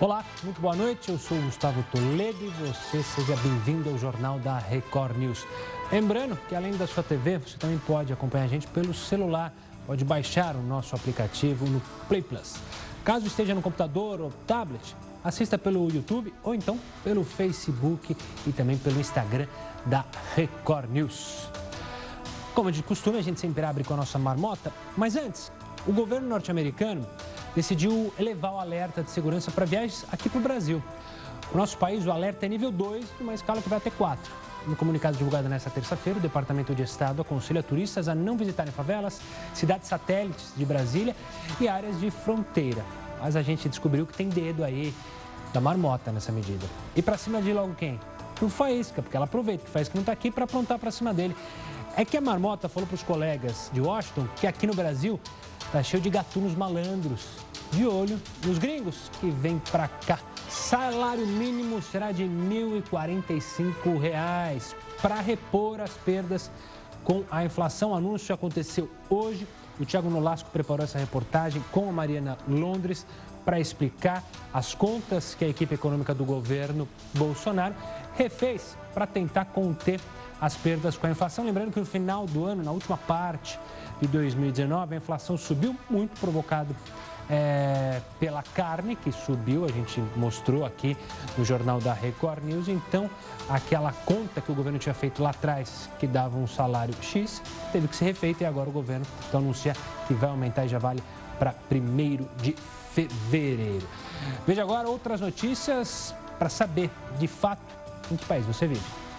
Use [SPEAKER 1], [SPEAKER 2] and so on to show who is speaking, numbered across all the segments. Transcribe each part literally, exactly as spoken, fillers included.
[SPEAKER 1] Olá, muito boa noite, eu sou o Gustavo Toledo e você seja bem-vindo ao Jornal da Record News. Lembrando que além da sua T V, você também pode acompanhar a gente pelo celular, pode baixar o nosso aplicativo no Play Plus. Caso esteja no computador ou tablet, assista pelo YouTube ou então pelo Facebook e também pelo Instagram da Record News. Como de costume, a gente sempre abre com a nossa marmota, mas antes, o governo norte-americano decidiu elevar o alerta de segurança para viagens aqui para o Brasil. No nosso país, o alerta é nível dois, numa escala que vai até quatro. No comunicado divulgado nesta terça-feira, o Departamento de Estado aconselha turistas a não visitarem favelas, cidades satélites de Brasília e áreas de fronteira. Mas a gente descobriu que tem dedo aí da marmota nessa medida. E para cima de logo quem? O Faísca, porque ela aproveita que o Faísca não está aqui para aprontar para cima dele. É que a marmota falou para os colegas de Washington que aqui no Brasil está cheio de gatunos malandros, de olho nos gringos que vêm para cá. Salário mínimo será de mil e quarenta e cinco reais para repor as perdas com a inflação. O anúncio aconteceu hoje. O Thiago Nolasco preparou essa reportagem com a Mariana Londres para explicar as contas que a equipe econômica do governo Bolsonaro refez para tentar conter as perdas com a inflação. Lembrando que no final do ano, na última parte de dois mil e dezenove, a inflação subiu muito, provocado é, pela carne, que subiu, a gente mostrou aqui no Jornal da Record News. Então, aquela conta que o governo tinha feito lá atrás, que dava um salário X, teve que ser refeita e agora o governo então anuncia que vai aumentar e já vale para primeiro de fevereiro. Veja agora outras notícias para saber, de fato, em que país você vive.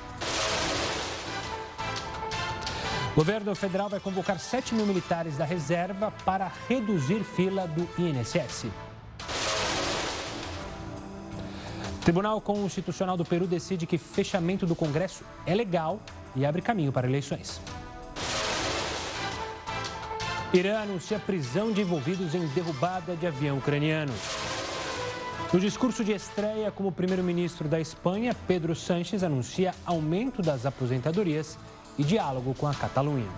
[SPEAKER 1] O governo federal vai convocar sete mil militares da reserva para reduzir fila do I N S S. O Tribunal Constitucional do Peru decide que fechamento do Congresso é legal e abre caminho para eleições. Irã anuncia prisão de envolvidos em derrubada de avião ucraniano. No discurso de estreia como primeiro-ministro da Espanha, Pedro Sánchez anuncia aumento das aposentadorias e diálogo com a Catalunha.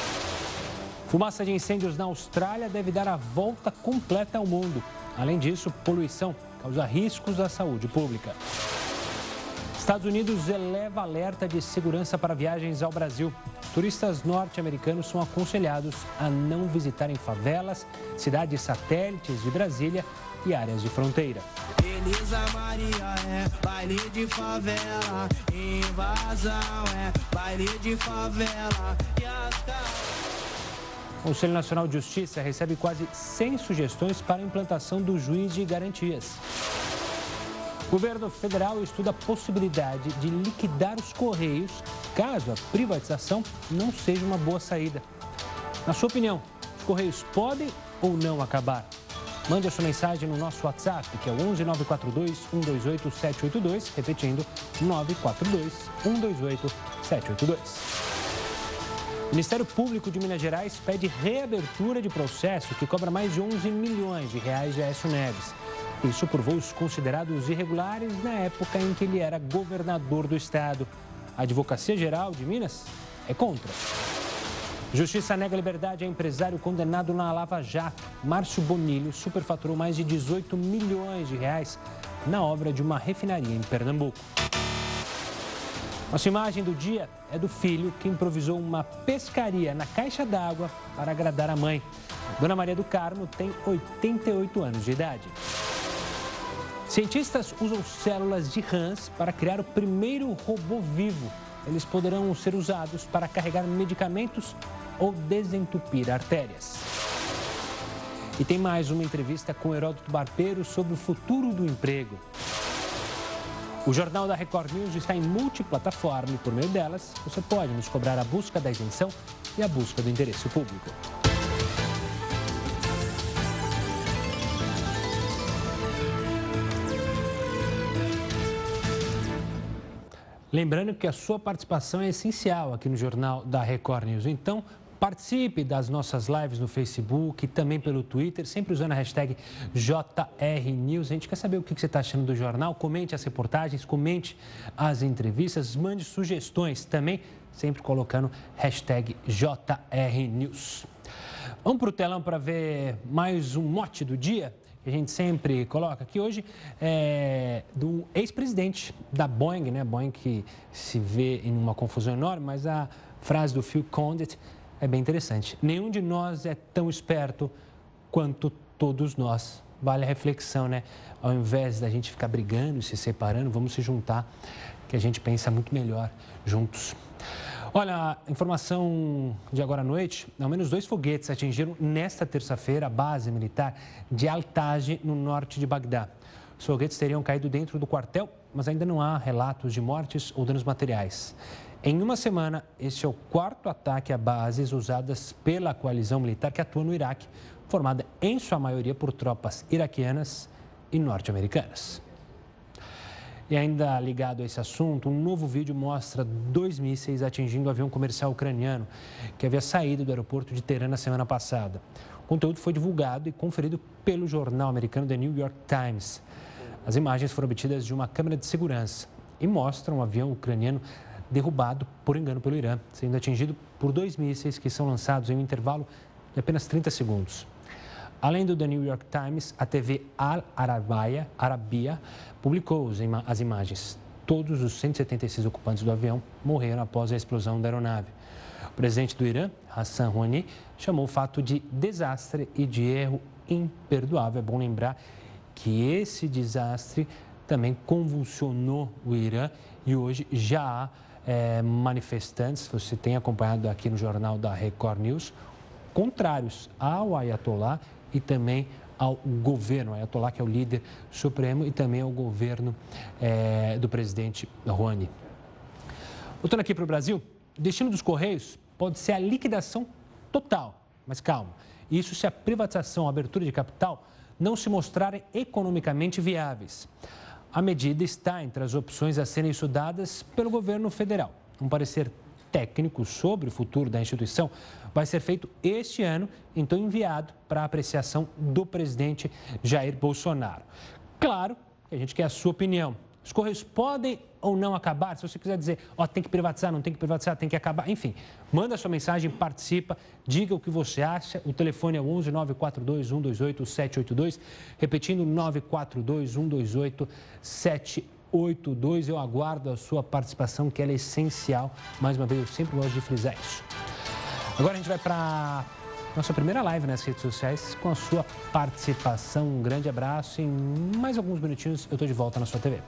[SPEAKER 1] Fumaça de incêndios na Austrália deve dar a volta completa ao mundo. Além disso, poluição causa riscos à saúde pública. Estados Unidos eleva alerta de segurança para viagens ao Brasil. Turistas norte-americanos são aconselhados a não visitarem favelas, cidades satélites de Brasília e áreas de fronteira.
[SPEAKER 2] Elisa Maria é baile de favela, invasão é baile de favela e as
[SPEAKER 1] O Conselho Nacional de Justiça recebe quase cem sugestões para a implantação do juiz de garantias. O governo federal estuda a possibilidade de liquidar os Correios caso a privatização não seja uma boa saída. Na sua opinião, os Correios podem ou não acabar? Mande a sua mensagem no nosso WhatsApp, que é o onze nove quatro dois, um dois oito, sete oito dois, repetindo, nove quatro dois, um dois oito, sete oito dois. O Ministério Público de Minas Gerais pede reabertura de processo que cobra mais de onze milhões de reais de Aécio Neves. Isso por voos considerados irregulares na época em que ele era governador do estado. A Advocacia Geral de Minas é contra. Justiça nega liberdade a empresário condenado na Lava Jato. Márcio Bonilho superfaturou mais de dezoito milhões de reais na obra de uma refinaria em Pernambuco. Nossa imagem do dia é do filho que improvisou uma pescaria na caixa d'água para agradar a mãe. Dona Maria do Carmo tem oitenta e oito anos de idade. Cientistas usam células de rãs para criar o primeiro robô vivo. Eles poderão ser usados para carregar medicamentos ou desentupir artérias. E tem mais uma entrevista com Heródoto Barbeiro sobre o futuro do emprego. O Jornal da Record News está em multiplataforma e, por meio delas, você pode nos cobrar a busca da isenção e a busca do interesse público. Lembrando que a sua participação é essencial aqui no Jornal da Record News. Então, participe das nossas lives no Facebook e também pelo Twitter, sempre usando a hashtag J R News. A gente quer saber o que você está achando do jornal. Comente as reportagens, comente as entrevistas, mande sugestões também, sempre colocando hashtag J R News. Vamos para o telão para ver mais um mote do dia? que a gente sempre coloca aqui hoje, é do ex-presidente da Boeing, né? Boeing que se vê em uma confusão enorme, mas a frase do Phil Condit é bem interessante. Nenhum de nós é tão esperto quanto todos nós. Vale a reflexão, né? Ao invés da gente ficar brigando e se separando, vamos se juntar, que a gente pensa muito melhor juntos. Olha, informação de agora à noite, ao menos dois foguetes atingiram nesta terça-feira a base militar de Al-Taj, no norte de Bagdá. Os foguetes teriam caído dentro do quartel, mas ainda não há relatos de mortes ou danos materiais. Em uma semana, este é o quarto ataque a bases usadas pela coalizão militar que atua no Iraque, formada em sua maioria por tropas iraquianas e norte-americanas. E ainda ligado a esse assunto, um novo vídeo mostra dois mísseis atingindo o avião comercial ucraniano que havia saído do aeroporto de Teherã na semana passada. O conteúdo foi divulgado e conferido pelo jornal americano The New York Times. As imagens foram obtidas de uma câmera de segurança e mostram um avião ucraniano derrubado por engano pelo Irã, sendo atingido por dois mísseis que são lançados em um intervalo de apenas trinta segundos. Além do The New York Times, a T V Al Arabiya, Arabia publicou as imagens. Todos os cento e setenta e seis ocupantes do avião morreram após a explosão da aeronave. O presidente do Irã, Hassan Rouhani, chamou o fato de desastre e de erro imperdoável. É bom lembrar que esse desastre também convulsionou o Irã e hoje já há é, manifestantes, você tem acompanhado aqui no jornal da Record News, contrários ao Ayatollah e também ao governo, o Ayatollah que é o líder supremo e também ao governo é, do presidente Rouhani. Voltando aqui para o Brasil, o destino dos Correios pode ser a liquidação total, mas calma, isso se a privatização, a abertura de capital não se mostrarem economicamente viáveis. A medida está entre as opções a serem estudadas pelo governo federal. Um parecer técnico sobre o futuro da instituição vai ser feito este ano, então enviado para a apreciação do presidente Jair Bolsonaro. Claro que a gente quer a sua opinião. Os Correios podem ou não acabar? Se você quiser dizer, ó, tem que privatizar, não tem que privatizar, tem que acabar, enfim, manda a sua mensagem, participa, diga o que você acha. O telefone é o onze nove quatro dois um dois oito sete oito dois, repetindo nove quatro dois um dois oito sete oito dois. Eu aguardo a sua participação, que ela é essencial. Mais uma vez, eu sempre gosto de frisar isso. Agora a gente vai para nossa primeira live nas redes sociais com a sua participação. Um grande abraço. Em mais alguns minutinhos eu estou de volta na sua T V.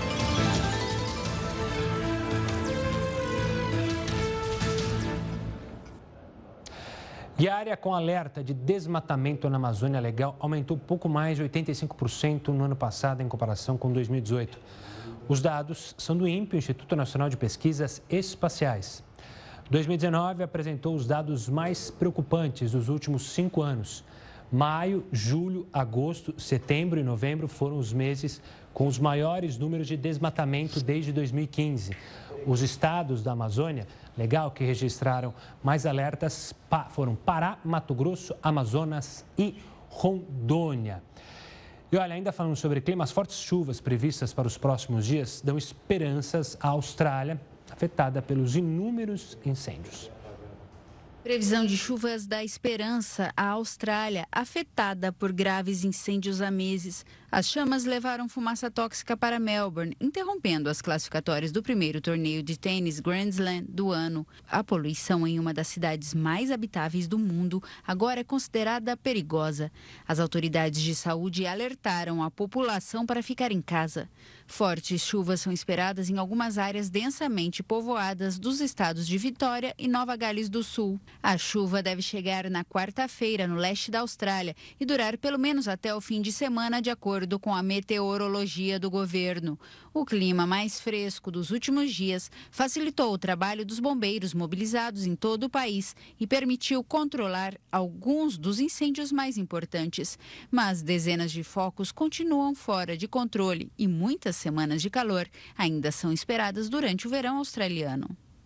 [SPEAKER 1] E a área com alerta de desmatamento na Amazônia Legal aumentou pouco mais de oitenta e cinco por cento no ano passado em comparação com dois mil e dezoito. Os dados são do INPE, o Instituto Nacional de Pesquisas Espaciais. dois mil e dezenove apresentou os dados mais preocupantes dos últimos cinco anos. Maio, julho, agosto, setembro e novembro foram os meses com os maiores números de desmatamento desde dois mil e quinze. Os estados da Amazônia Legal que registraram mais alertas foram Pará, Mato Grosso, Amazonas e Rondônia. E olha, ainda falando sobre clima, as fortes chuvas previstas para os próximos dias dão esperanças à Austrália, afetada pelos inúmeros incêndios.
[SPEAKER 3] Previsão de chuvas dá esperança à Austrália, afetada por graves incêndios há meses. As chamas levaram fumaça tóxica para Melbourne, interrompendo as classificatórias do primeiro torneio de tênis Grand Slam do ano. A poluição em uma das cidades mais habitáveis do mundo agora é considerada perigosa. As autoridades de saúde alertaram a população para ficar em casa. Fortes chuvas são esperadas em algumas áreas densamente povoadas dos estados de Vitória e Nova Gales do Sul. A chuva deve chegar na quarta-feira no leste da Austrália e durar pelo menos até o fim de semana, de acordo com a meteorologia do governo. O clima mais fresco dos últimos dias facilitou o trabalho dos bombeiros mobilizados em todo o país e permitiu controlar alguns dos incêndios mais importantes. Mas dezenas de focos continuam fora de controle e muitas semanas de calor ainda são esperadas durante o verão australiano.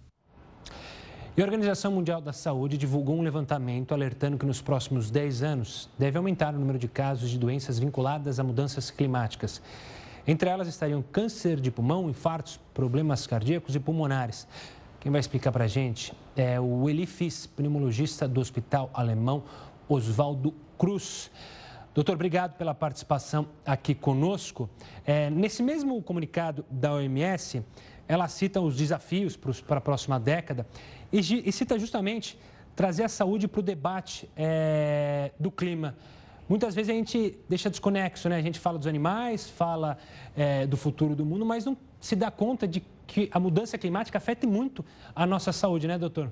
[SPEAKER 1] E a Organização Mundial da Saúde divulgou um levantamento alertando que nos próximos dez anos deve aumentar o número de casos de doenças vinculadas a mudanças climáticas. Entre elas estariam câncer de pulmão, infartos, problemas cardíacos e pulmonares. Quem vai explicar para a gente é o Eli Fiss, pneumologista do Hospital Alemão Oswaldo Cruz. Doutor, obrigado pela participação aqui conosco. É, nesse mesmo comunicado da O M S, ela cita os desafios para a próxima década e, e cita justamente trazer a saúde para o debate é, do clima. Muitas vezes a gente deixa desconexo, né? A gente fala dos animais, fala é, do futuro do mundo, mas não se dá conta de que a mudança climática afeta muito a nossa saúde, né, doutor?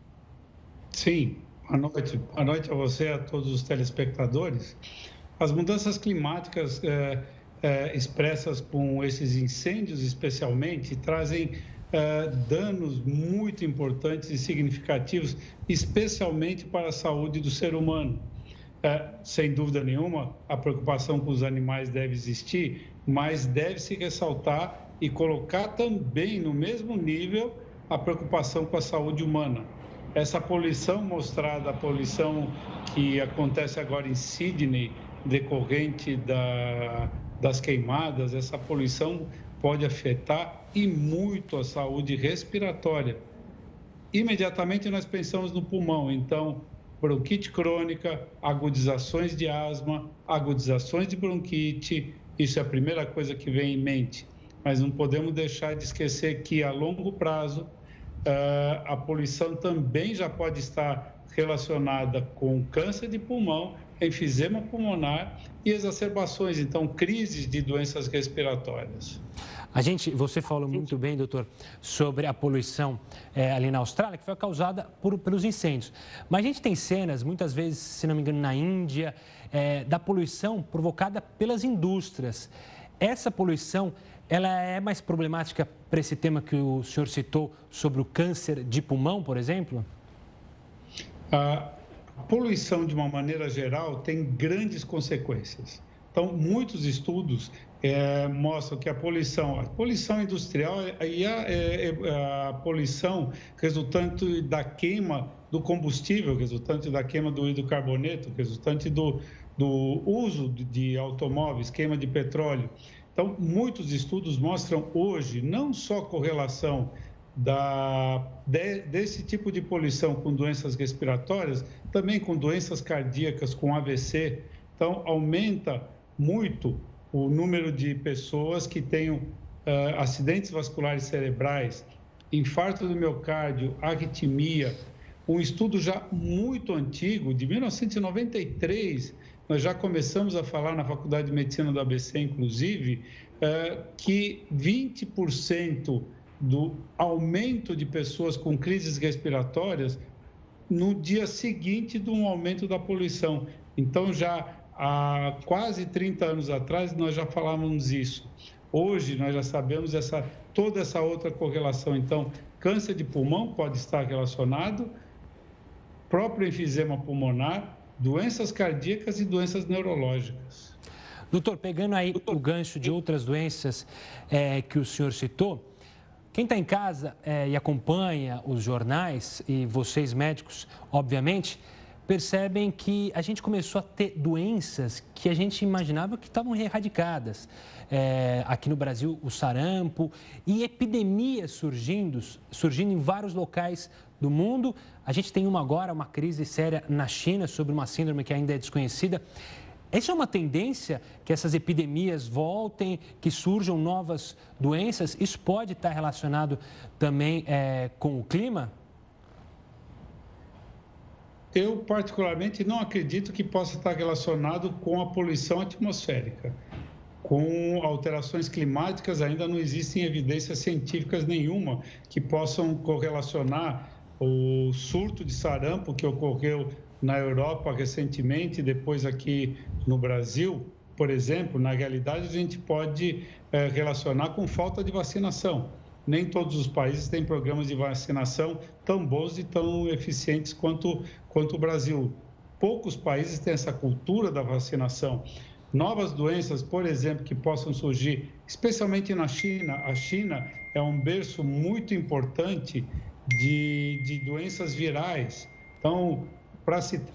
[SPEAKER 4] Sim. Boa noite. Boa noite a você e a todos os telespectadores. As mudanças climáticas é, é, expressas com esses incêndios, especialmente, trazem é, danos muito importantes e significativos, especialmente para a saúde do ser humano. É, sem dúvida nenhuma, a preocupação com os animais deve existir, mas deve-se ressaltar e colocar também no mesmo nível a preocupação com a saúde humana. Essa poluição mostrada, a poluição que acontece agora em Sydney, decorrente da, das queimadas, essa poluição pode afetar e muito a saúde respiratória. Imediatamente nós pensamos no pulmão, então, bronquite crônica, agudizações de asma, agudizações de bronquite, isso é a primeira coisa que vem em mente. Mas não podemos deixar de esquecer que, a longo prazo, a poluição também já pode estar relacionada com câncer de pulmão, enfisema pulmonar e exacerbações, então, crises de doenças respiratórias.
[SPEAKER 1] A gente, você falou muito bem, doutor, sobre a poluição é, ali na Austrália, que foi causada por, pelos incêndios. Mas a gente tem cenas, muitas vezes, se não me engano, na Índia, é, da poluição provocada pelas indústrias. Essa poluição, ela é mais problemática para esse tema que o senhor citou sobre o câncer de pulmão, por exemplo?
[SPEAKER 4] A poluição, de uma maneira geral, tem grandes consequências. Então, muitos estudos é, mostram que a poluição, a poluição industrial e a, é, a poluição resultante da queima do combustível, resultante da queima do hidrocarboneto, resultante do, do uso de automóveis, queima de petróleo. Então, muitos estudos mostram hoje não só correlação da, de, desse tipo de poluição com doenças respiratórias, também com doenças cardíacas, com A V C. Então, aumenta muito o número de pessoas que tenham uh, acidentes vasculares cerebrais, infarto do miocárdio, arritmia. Um estudo já muito antigo, de mil novecentos e noventa e três, nós já começamos a falar na Faculdade de Medicina do A B C, inclusive, uh, que vinte por cento do aumento de pessoas com crises respiratórias no dia seguinte de um aumento da poluição. Então, já há quase trinta anos atrás, nós já falávamos isso. Hoje, nós já sabemos essa, toda essa outra correlação. Então, câncer de pulmão pode estar relacionado, próprio enfisema pulmonar, doenças cardíacas e doenças neurológicas.
[SPEAKER 1] Doutor, pegando aí o gancho de outras doenças é, que o senhor citou, quem está em casa é, e acompanha os jornais, e vocês médicos, obviamente, percebem que a gente começou a ter doenças que a gente imaginava que estavam erradicadas. É, aqui no Brasil, o sarampo e epidemias surgindo, surgindo em vários locais do mundo. A gente tem uma agora, uma crise séria na China sobre uma síndrome que ainda é desconhecida. Essa é uma tendência que essas epidemias voltem, que surjam novas doenças? Isso pode estar relacionado também é, com o clima?
[SPEAKER 4] Eu, particularmente, não acredito que possa estar relacionado com a poluição atmosférica. Com alterações climáticas, ainda não existem evidências científicas nenhuma que possam correlacionar o surto de sarampo que ocorreu na Europa recentemente, depois aqui no Brasil, por exemplo. Na realidade, a gente pode é, relacionar com falta de vacinação. Nem todos os países têm programas de vacinação tão bons e tão eficientes quanto, quanto o Brasil. Poucos países têm essa cultura da vacinação. Novas doenças, por exemplo, que possam surgir, especialmente na China. A China é um berço muito importante de, de doenças virais. Então, para citar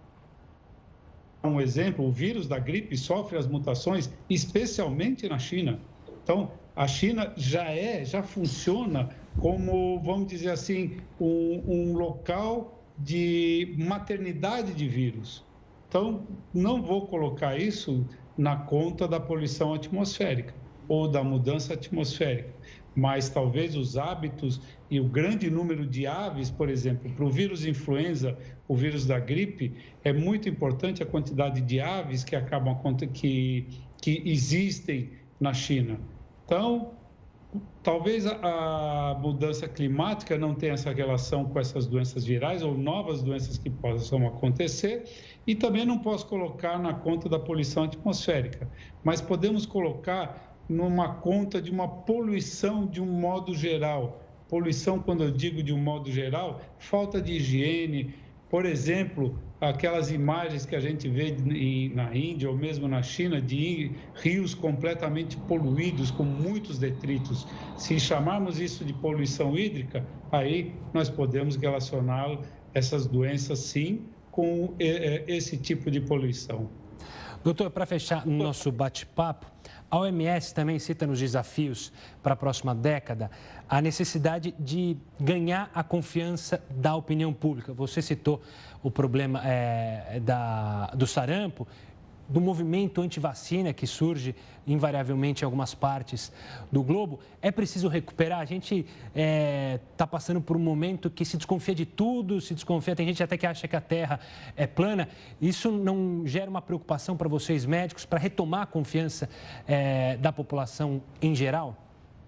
[SPEAKER 4] um exemplo, o vírus da gripe sofre as mutações, especialmente na China. Então, a China já é, já funciona como, vamos dizer assim, um, um local de maternidade de vírus. Então, não vou colocar isso na conta da poluição atmosférica ou da mudança atmosférica, mas talvez os hábitos e o grande número de aves, por exemplo, para o vírus influenza, o vírus da gripe, é muito importante a quantidade de aves que acabam que, que existem na China. Então, talvez a mudança climática não tenha essa relação com essas doenças virais ou novas doenças que possam acontecer, e também não posso colocar na conta da poluição atmosférica, mas podemos colocar numa conta de uma poluição de um modo geral. Poluição, quando eu digo de um modo geral, falta de higiene, por exemplo, aquelas imagens que a gente vê na Índia ou mesmo na China de rios completamente poluídos, com muitos detritos. Se chamarmos isso de poluição hídrica, aí nós podemos relacionar essas doenças, sim, com esse tipo de poluição.
[SPEAKER 1] Doutor, para fechar nosso bate-papo, a O M S também cita nos desafios para a próxima década a necessidade de ganhar a confiança da opinião pública. Você citou o problema é, da, do sarampo, do movimento anti-vacina que surge invariavelmente em algumas partes do globo. É preciso recuperar. A gente está é, passando por um momento que se desconfia de tudo, se desconfia, tem gente até que acha que a Terra é plana. Isso não gera uma preocupação para vocês médicos, para retomar a confiança é, da população em geral?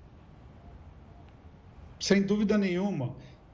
[SPEAKER 4] Sem dúvida nenhuma.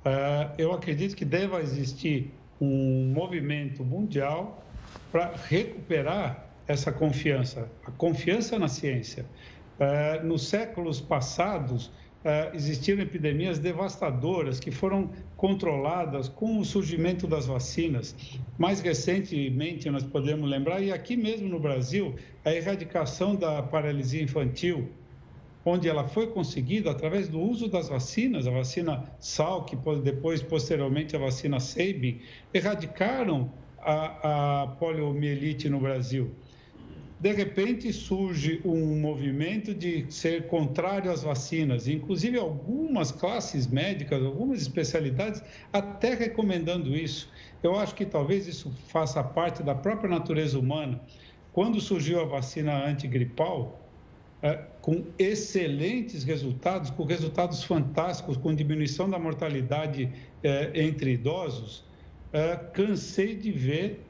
[SPEAKER 4] Eu acredito que deva existir um movimento mundial para recuperar essa confiança, a confiança na ciência. Uh, nos séculos passados, uh, existiram epidemias devastadoras que foram controladas com o surgimento das vacinas. Mais recentemente, nós podemos lembrar, e aqui mesmo no Brasil, a erradicação da paralisia infantil, onde ela foi conseguida através do uso das vacinas, a vacina Salk, depois, posteriormente, a vacina Sabin, erradicaram a, a poliomielite no Brasil. De repente, surge um movimento de ser contrário às vacinas, inclusive algumas classes médicas, algumas especialidades, até recomendando isso. Eu acho que talvez isso faça parte da própria natureza humana. Quando surgiu a vacina antigripal, é, com excelentes resultados, com resultados fantásticos, com diminuição da mortalidade é, entre idosos, é, cansei de ver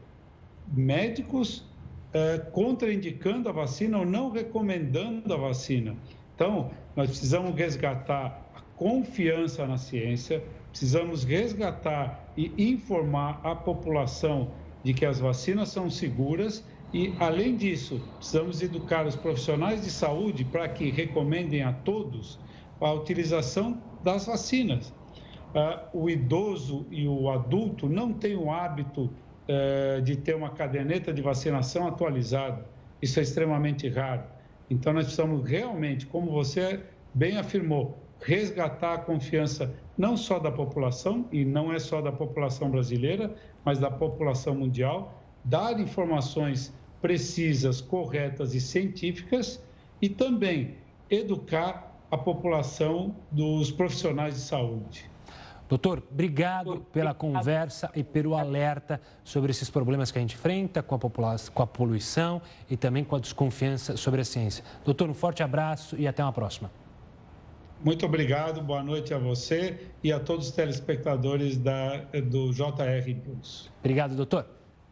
[SPEAKER 4] médicos é, contraindicando a vacina ou não recomendando a vacina. Então, nós precisamos resgatar a confiança na ciência, precisamos resgatar e informar a população de que as vacinas são seguras e, além disso, precisamos educar os profissionais de saúde para que recomendem a todos a utilização das vacinas. Uh, o idoso e o adulto não têm o hábito uh, de ter uma caderneta de vacinação atualizada. Isso é extremamente raro. Então, nós precisamos realmente, como você bem afirmou, resgatar a confiança não só da população, e não é só da população brasileira, mas da população mundial, dar informações precisas, corretas e científicas e também educar a população dos profissionais de saúde.
[SPEAKER 1] Doutor, obrigado pela conversa e pelo alerta sobre esses problemas que a gente enfrenta com a população, com a poluição e também com a desconfiança sobre a ciência. Doutor, um forte abraço e até uma próxima.
[SPEAKER 4] Muito obrigado, boa noite a você e a todos os telespectadores da, do J R News.
[SPEAKER 1] Obrigado, doutor.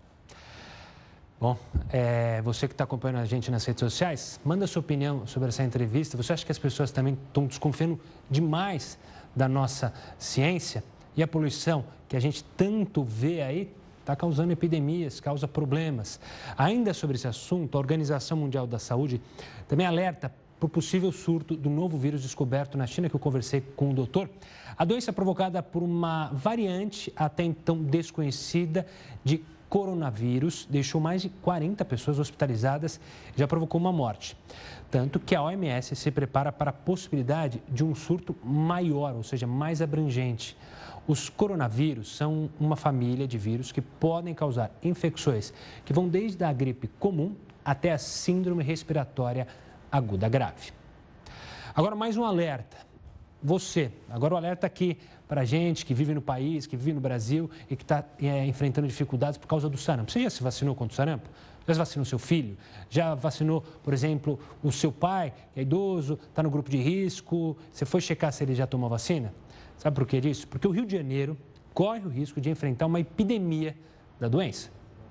[SPEAKER 1] Bom, é, você que está acompanhando a gente nas redes sociais, manda sua opinião sobre essa entrevista. Você acha que as pessoas também estão desconfiando demais da nossa ciência? E a poluição que a gente tanto vê aí está causando epidemias, causa problemas. Ainda sobre esse assunto, a Organização Mundial da Saúde também alerta para o possível surto do novo vírus descoberto na China, que eu conversei com o doutor. A doença é provocada por uma variante até então desconhecida de coronavírus, deixou mais de quarenta pessoas hospitalizadas e já provocou uma morte. Tanto que a O M S se prepara para a possibilidade de um surto maior, ou seja, mais abrangente. Os coronavírus são uma família de vírus que podem causar infecções que vão desde a gripe comum até a síndrome respiratória aguda grave. Agora, mais um alerta. você. Agora o alerta aqui para a gente que vive no país, que vive no Brasil e que está é, enfrentando dificuldades por causa do sarampo. Você já se vacinou contra o sarampo? Já vacinou seu filho? Já vacinou, por exemplo, o seu pai, que é idoso, está no grupo de risco? Você foi checar se ele já tomou vacina? Sabe por que disso? Porque o Rio de Janeiro corre o risco de enfrentar uma epidemia da doença.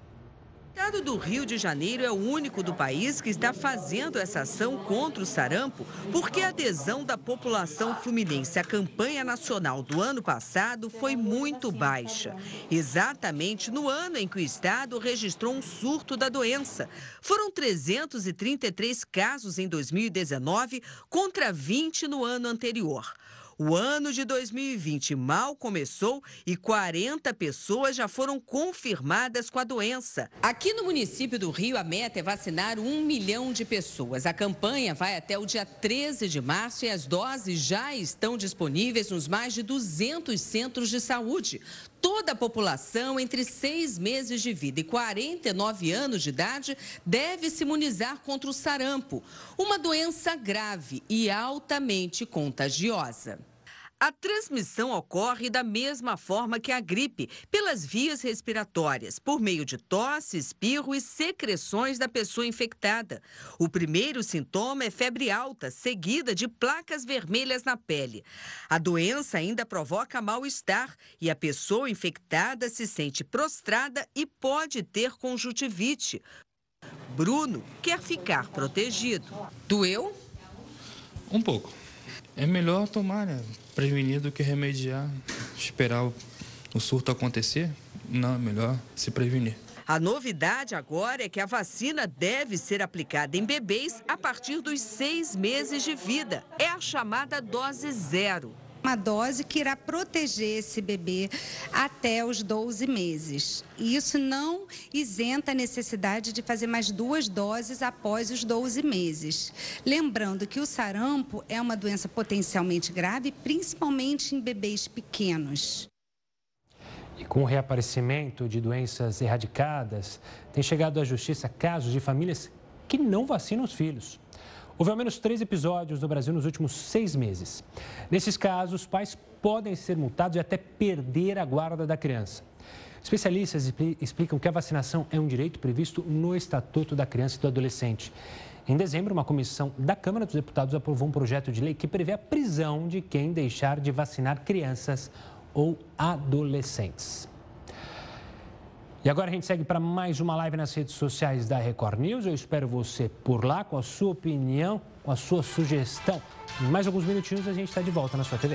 [SPEAKER 5] O estado do Rio de Janeiro é o único do país que está fazendo essa ação contra o sarampo, porque a adesão da população fluminense à campanha nacional do ano passado foi muito baixa. Exatamente no ano em que o estado registrou um surto da doença. Foram trezentos e trinta e três casos em dois mil e dezenove contra vinte no ano anterior. O ano de dois mil e vinte mal começou e quarenta pessoas já foram confirmadas com a doença. Aqui no município do Rio, a meta é vacinar um milhão de pessoas. A campanha vai até o dia treze de março e as doses já estão disponíveis nos mais de duzentos centros de saúde. Toda a população entre seis meses de vida e quarenta e nove anos de idade deve se imunizar contra o sarampo, uma doença grave e altamente contagiosa. A transmissão ocorre da mesma forma que a gripe, pelas vias respiratórias, por meio de tosse, espirro e secreções da pessoa infectada. O primeiro sintoma é febre alta, seguida de placas vermelhas na pele. A doença ainda provoca mal-estar e a pessoa infectada se sente prostrada e pode ter conjuntivite. Bruno quer ficar protegido. Doeu?
[SPEAKER 6] Um pouco. É melhor tomar, né? Prevenir do que remediar, esperar o, o surto acontecer. Não, é melhor se prevenir.
[SPEAKER 5] A novidade agora é que a vacina deve ser aplicada em bebês a partir dos seis meses de vida. É a chamada dose zero.
[SPEAKER 7] Uma dose que irá proteger esse bebê até os doze meses. E isso não isenta a necessidade de fazer mais duas doses após os doze meses. Lembrando que o sarampo é uma doença potencialmente grave, principalmente em bebês pequenos.
[SPEAKER 1] E com o reaparecimento de doenças erradicadas, tem chegado à justiça casos de famílias que não vacinam os filhos. Houve ao menos três episódios no Brasil nos últimos seis meses. Nesses casos, pais podem ser multados e até perder a guarda da criança. Especialistas explicam que a vacinação é um direito previsto no Estatuto da Criança e do Adolescente. Em dezembro, uma comissão da Câmara dos Deputados aprovou um projeto de lei que prevê a prisão de quem deixar de vacinar crianças ou adolescentes. E agora a gente segue para mais uma live nas redes sociais da Record News. Eu espero você por lá com a sua opinião, com a sua sugestão. Em mais alguns minutinhos a gente está de volta na sua T V.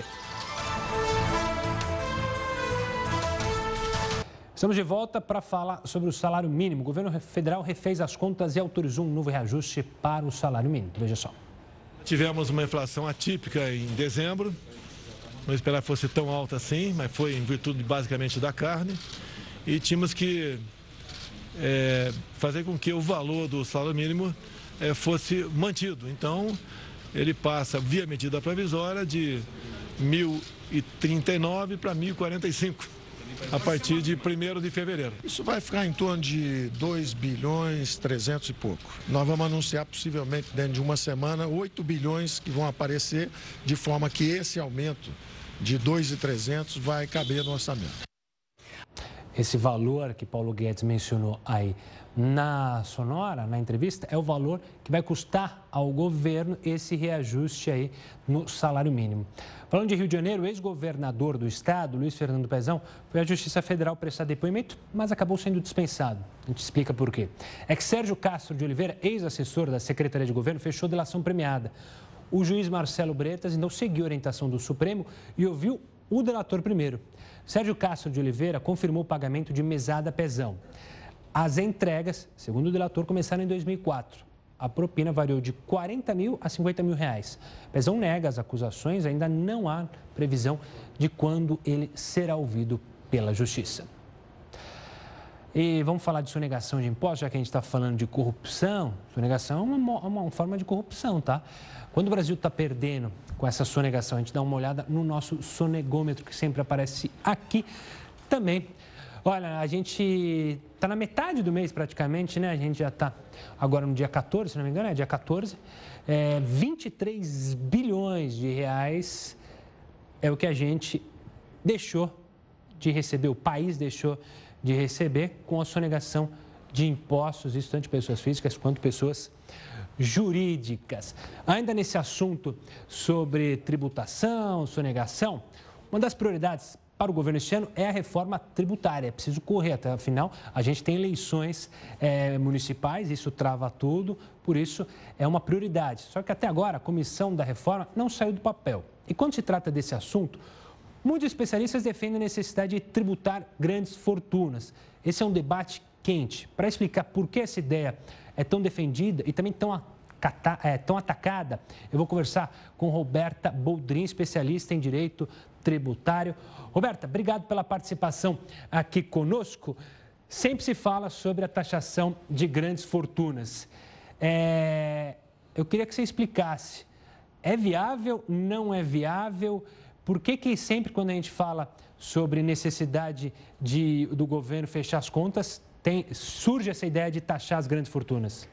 [SPEAKER 1] Estamos de volta para falar sobre o salário mínimo. O governo federal refez as contas e autorizou um novo reajuste para o salário mínimo. Veja só.
[SPEAKER 8] Tivemos uma inflação atípica em dezembro. Não esperava que fosse tão alta assim, mas foi em virtude basicamente da carne. E tínhamos que é, fazer com que o valor do salário mínimo é, fosse mantido. Então, ele passa via medida provisória de mil e trinta e nove para mil e quarenta e cinco, a partir de primeiro de fevereiro.
[SPEAKER 9] Isso vai ficar em torno de dois bilhões trezentos e pouco. Nós vamos anunciar possivelmente dentro de uma semana oito bilhões que vão aparecer, de forma que esse aumento de dois bilhões e trezentos vai caber no orçamento.
[SPEAKER 1] Esse valor que Paulo Guedes mencionou aí na Sonora, na entrevista, é o valor que vai custar ao governo esse reajuste aí no salário mínimo. Falando de Rio de Janeiro, o ex-governador do estado, Luiz Fernando Pezão, foi à Justiça Federal prestar depoimento, mas acabou sendo dispensado. A gente explica por quê. É que Sérgio Castro de Oliveira, ex-assessor da Secretaria de Governo, fechou delação premiada. O juiz Marcelo Bretas então seguiu a orientação do Supremo e ouviu o delator primeiro. Sérgio Castro de Oliveira confirmou o pagamento de mesada Pezão. As entregas, segundo o delator, começaram em dois mil e quatro. A propina variou de quarenta mil a cinquenta mil reais. Pezão nega as acusações, ainda não há previsão de quando ele será ouvido pela Justiça. E vamos falar de sonegação de impostos, já que a gente está falando de corrupção. Sonegação é uma, uma forma de corrupção, tá? Quando o Brasil está perdendo com essa sonegação, a gente dá uma olhada no nosso sonegômetro, que sempre aparece aqui também. Olha, a gente está na metade do mês praticamente, né? A gente já está agora no dia quatorze, se não me engano, é dia quatorze. É, vinte e três bilhões de reais é o que a gente deixou de receber, o país deixou de receber com a sonegação de impostos, isso tanto de pessoas físicas quanto pessoas jurídicas. Ainda nesse assunto sobre tributação, sonegação, uma das prioridades para o governo este ano é a reforma tributária. É preciso correr, até afinal, a gente tem eleições é, municipais, isso trava tudo, por isso é uma prioridade. Só que até agora a comissão da reforma não saiu do papel. E quando se trata desse assunto, muitos especialistas defendem a necessidade de tributar grandes fortunas. Esse é um debate quente. Para explicar por que essa ideia é tão defendida e também tão, acata, é, tão atacada, eu vou conversar com Roberta Boldrin, especialista em direito tributário. Roberta, obrigado pela participação aqui conosco. Sempre se fala sobre a taxação de grandes fortunas. É, eu queria que você explicasse, é viável, não é viável? Por que que sempre quando a gente fala sobre necessidade de, do governo fechar as contas, tem, surge essa ideia de taxar as grandes fortunas?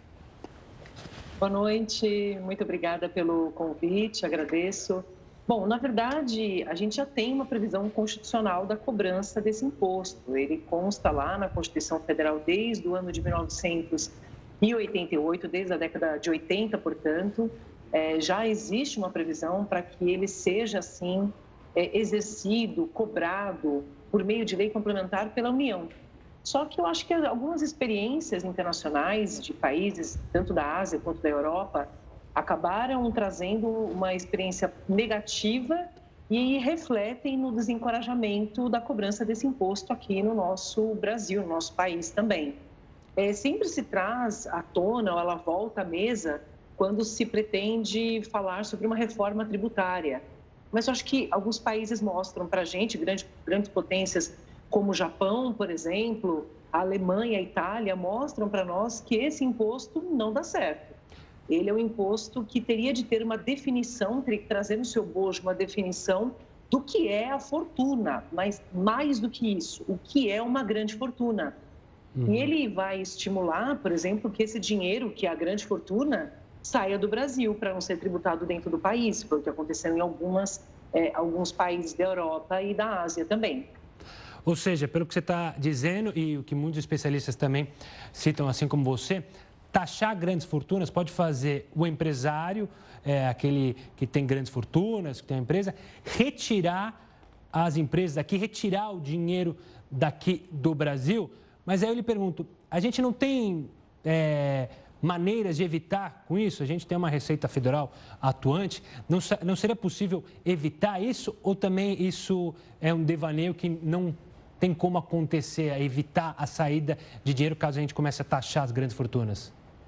[SPEAKER 10] Boa noite, muito obrigada pelo convite, agradeço. Bom, na verdade, a gente já tem uma previsão constitucional da cobrança desse imposto. Ele consta lá na Constituição Federal desde o ano de mil novecentos e oitenta e oito, desde a década de oitenta, portanto, é, já existe uma previsão para que ele seja, assim, é, exercido, cobrado por meio de lei complementar pela União. Só que eu acho que algumas experiências internacionais de países, tanto da Ásia quanto da Europa, acabaram trazendo uma experiência negativa e refletem no desencorajamento da cobrança desse imposto aqui no nosso Brasil, no nosso país também. É, sempre se traz à tona, ou ela volta à mesa, quando se pretende falar sobre uma reforma tributária. Mas eu acho que alguns países mostram para a gente, grandes, grandes potências como o Japão, por exemplo, a Alemanha, a Itália, mostram para nós que esse imposto não dá certo. Ele é um imposto que teria de ter uma definição, teria que trazer no seu bojo uma definição do que é a fortuna, mas mais do que isso, o que é uma grande fortuna. Uhum. E ele vai estimular, por exemplo, que esse dinheiro, que é a grande fortuna, saia do Brasil para não ser tributado dentro do país, foi o que aconteceu em algumas, é, alguns países da Europa e da Ásia também.
[SPEAKER 1] Ou seja, pelo que você está dizendo e o que muitos especialistas também citam, assim como você, taxar grandes fortunas pode fazer o empresário, é, aquele que tem grandes fortunas, que tem uma empresa, retirar as empresas daqui, retirar o dinheiro daqui do Brasil. Mas aí eu lhe pergunto, a gente não tem é, maneiras de evitar com isso? A gente tem uma Receita Federal atuante, não, não seria possível evitar isso? Ou também isso é um devaneio que não tem como acontecer, evitar a saída de dinheiro caso a gente comece a taxar as grandes fortunas?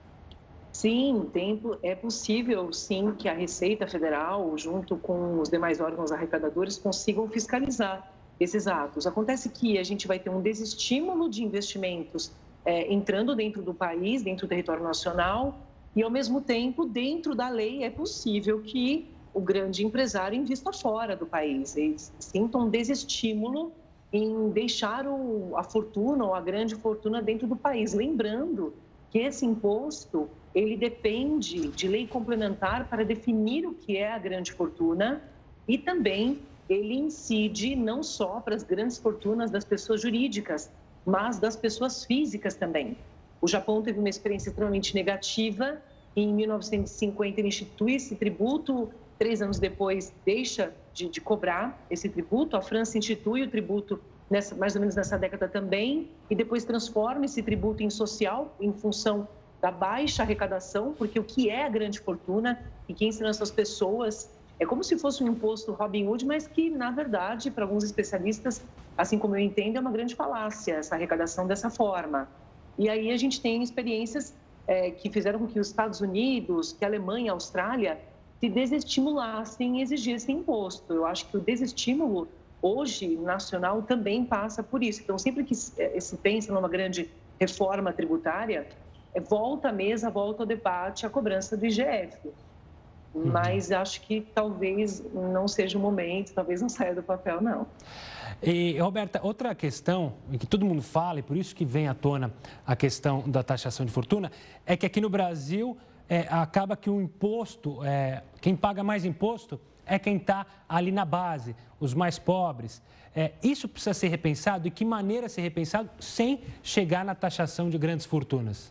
[SPEAKER 10] Sim, tempo é possível, sim, que a Receita Federal, junto com os demais órgãos arrecadadores, consigam fiscalizar esses atos. Acontece que a gente vai ter um desestímulo de investimentos é, entrando dentro do país, dentro do território nacional, e, ao mesmo tempo, dentro da lei, é possível que o grande empresário invista fora do país. Eles sintam um desestímulo em deixar o, a fortuna ou a grande fortuna dentro do país. Lembrando que esse imposto, ele depende de lei complementar para definir o que é a grande fortuna e também ele incide não só para as grandes fortunas das pessoas jurídicas, mas das pessoas físicas também. O Japão teve uma experiência extremamente negativa. Em mil novecentos e cinquenta, ele institui esse tributo. Três anos depois, deixa de, de cobrar esse tributo. A França institui o tributo nessa, mais ou menos nessa década também e depois transforma esse tributo em social em função da baixa arrecadação, porque o que é a grande fortuna e quem são essas pessoas é como se fosse um imposto Robin Hood, mas que, na verdade, para alguns especialistas, assim como eu entendo, é uma grande falácia essa arrecadação dessa forma. E aí a gente tem experiências é, que fizeram com que os Estados Unidos, que a Alemanha, a Austrália, se desestimulassem e exigissem imposto. Eu acho que o desestímulo, hoje, nacional, também passa por isso. Então, sempre que se pensa numa grande reforma tributária, volta à mesa, volta ao debate a cobrança do I G F. Mas acho que talvez não seja o momento, talvez não saia do papel, não.
[SPEAKER 1] E, Roberta, outra questão, em que todo mundo fala, e por isso que vem à tona a questão da taxação de fortuna, é que aqui no Brasil é, acaba que o imposto, é, quem paga mais imposto é quem está ali na base, os mais pobres. É, isso precisa ser repensado e que maneira ser repensado sem chegar na taxação de grandes fortunas?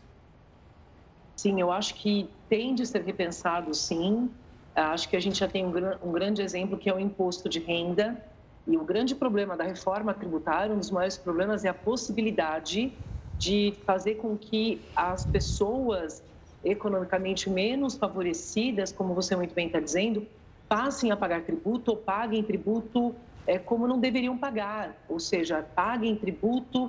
[SPEAKER 10] Sim, eu acho que tem de ser repensado, sim. Acho que a gente já tem um, um grande exemplo que é o imposto de renda. E o grande problema da reforma tributária, um dos maiores problemas é a possibilidade de fazer com que as pessoas economicamente menos favorecidas, como você muito bem está dizendo, passem a pagar tributo ou paguem tributo é, como não deveriam pagar, ou seja, paguem tributo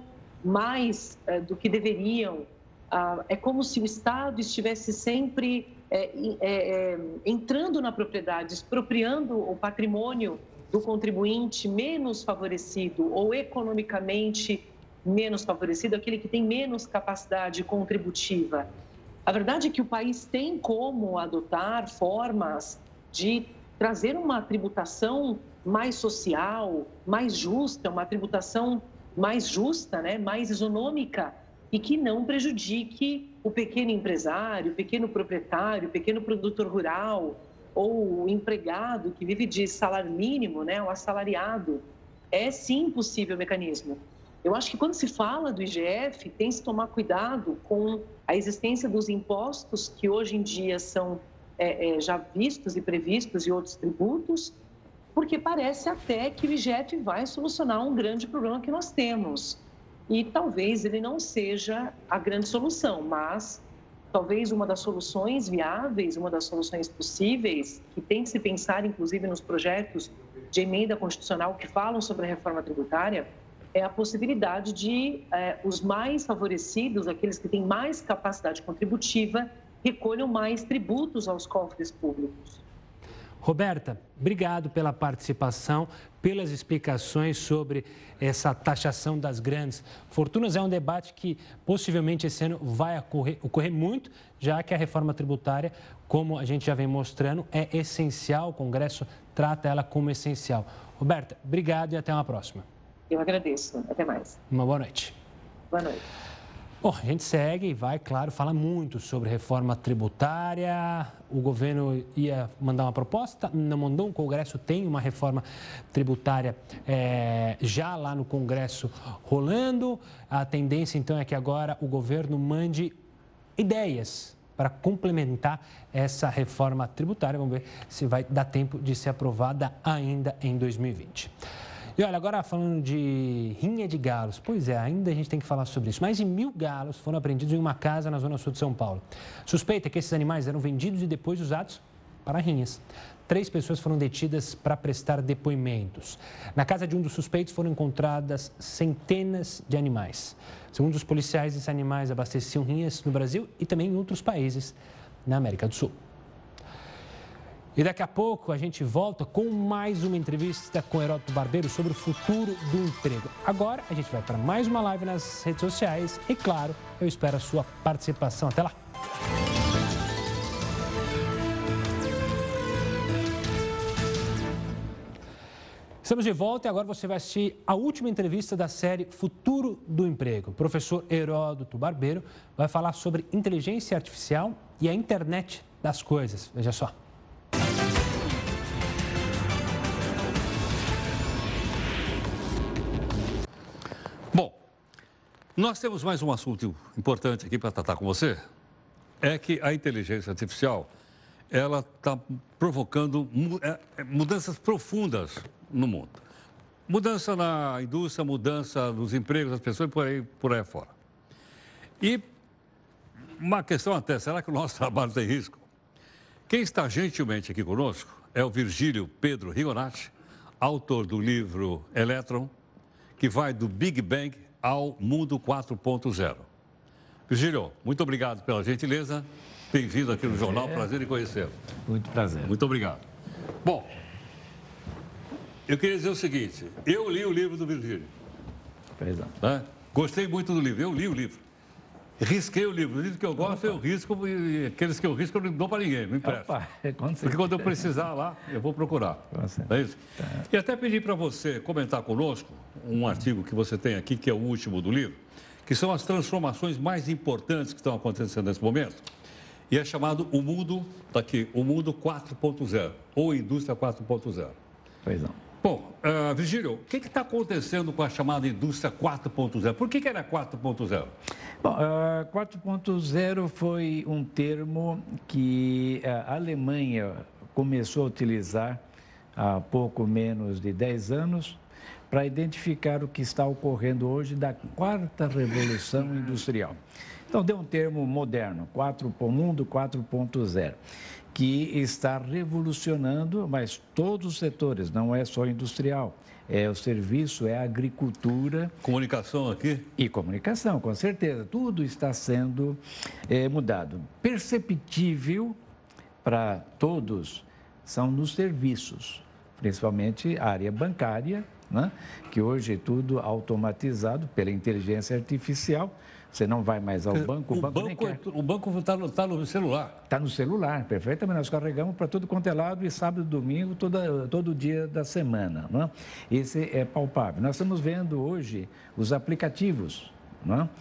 [SPEAKER 10] mais é, do que deveriam. Ah, é como se o Estado estivesse sempre é, é, entrando na propriedade, expropriando o patrimônio do contribuinte menos favorecido ou economicamente menos favorecido, aquele que tem menos capacidade contributiva. A verdade é que o país tem como adotar formas de trazer uma tributação mais social, mais justa, uma tributação mais justa, né, mais isonômica e que não prejudique o pequeno empresário, o pequeno proprietário, o pequeno produtor rural ou o empregado que vive de salário mínimo, né, o assalariado. É sim possível o mecanismo. Eu acho que quando se fala do I G F, tem que se tomar cuidado com a existência dos impostos que hoje em dia são é, é, já vistos e previstos e outros tributos, porque parece até que o I G F vai solucionar um grande problema que nós temos. E talvez ele não seja a grande solução, mas talvez uma das soluções viáveis, uma das soluções possíveis, que tem que se pensar, inclusive, nos projetos de emenda constitucional que falam sobre a reforma tributária, é a possibilidade de eh, os mais favorecidos, aqueles que têm mais capacidade contributiva, recolham mais tributos aos cofres públicos.
[SPEAKER 1] Roberta, obrigado pela participação, pelas explicações sobre essa taxação das grandes fortunas. É um debate que possivelmente esse ano vai ocorrer, ocorrer muito, já que a reforma tributária, como a gente já vem mostrando, é essencial, o Congresso trata ela como essencial. Roberta, obrigado e até uma próxima.
[SPEAKER 10] Eu agradeço. Até mais.
[SPEAKER 1] Uma boa noite.
[SPEAKER 10] Boa noite.
[SPEAKER 1] Bom, a gente segue e vai, claro, falar muito sobre reforma tributária. O governo ia mandar uma proposta, não mandou. O Congresso tem uma reforma tributária é, já lá no Congresso rolando. A tendência, então, é que agora o governo mande ideias para complementar essa reforma tributária. Vamos ver se vai dar tempo de ser aprovada ainda em dois mil e vinte. E olha, agora falando de rinha de galos, pois é, ainda a gente tem que falar sobre isso. Mais de mil galos foram apreendidos em uma casa na zona sul de São Paulo. Suspeita que esses animais eram vendidos e depois usados para rinhas. Três pessoas foram detidas para prestar depoimentos. Na casa de um dos suspeitos foram encontradas centenas de animais. Segundo os policiais, esses animais abasteciam rinhas no Brasil e também em outros países na América do Sul. E daqui a pouco a gente volta com mais uma entrevista com o Heródoto Barbeiro sobre o futuro do emprego. Agora a gente vai para mais uma live nas redes sociais e, claro, eu espero a sua participação. Até lá! Estamos de volta e agora você vai assistir a última entrevista da série Futuro do Emprego. O professor Heródoto Barbeiro vai falar sobre inteligência artificial e a internet das coisas. Veja só.
[SPEAKER 11] Nós temos mais um assunto importante aqui para tratar com você, é que a inteligência artificial, ela está provocando mudanças profundas no mundo. Mudança na indústria, mudança nos empregos das pessoas e por aí, por aí fora. E uma questão até, será que o nosso trabalho tem risco? Quem está gentilmente aqui conosco é o Virgílio Pedro Rigonati, autor do livro Elétron, que vai do Big Bang ao Mundo quatro ponto zero. Virgílio, muito obrigado pela gentileza. Bem-vindo aqui no Jornal, prazer em conhecê-lo.
[SPEAKER 12] Muito prazer.
[SPEAKER 11] Muito obrigado. Bom, eu queria dizer o seguinte, eu li o livro do Virgílio.
[SPEAKER 12] Pois é.
[SPEAKER 11] Né? Gostei muito do livro, eu li o livro. Risquei o livro, o livro que eu gosto Opa. eu risco, e aqueles que eu risco eu não dou para ninguém, não empresto. Opa, Porque quando eu precisar lá, eu vou procurar. Não é isso? Tá. E até pedi para você comentar conosco um artigo que você tem aqui, que é o último do livro, que são as transformações mais importantes que estão acontecendo nesse momento. E é chamado o mundo, está aqui, o mundo quatro ponto zero, ou indústria quatro ponto zero.
[SPEAKER 13] Pois não.
[SPEAKER 11] Bom, uh, Virgílio, o que está acontecendo com a chamada indústria quatro ponto zero? Por que, que era quatro ponto zero?
[SPEAKER 13] Bom, uh, quatro ponto zero foi um termo que a Alemanha começou a utilizar há pouco menos de dez anos para identificar o que está ocorrendo hoje da quarta revolução industrial. Então, deu um termo moderno, quatro, mundo quatro ponto zero, que está revolucionando, mas todos os setores, não é só industrial, é o serviço, é a agricultura.
[SPEAKER 11] Comunicação aqui?
[SPEAKER 13] E comunicação, com certeza, tudo está sendo é, mudado. Perceptível para todos são nos serviços, principalmente a área bancária, né? Que hoje é tudo automatizado pela inteligência artificial. Você não vai mais ao banco, o,
[SPEAKER 11] o
[SPEAKER 13] banco,
[SPEAKER 11] banco é, o banco está no, tá no celular.
[SPEAKER 13] Está no celular, perfeitamente. Nós carregamos para tudo quanto é lado e sábado e domingo, toda, todo dia da semana. Não é? Esse é palpável. Nós estamos vendo hoje os aplicativos, não é?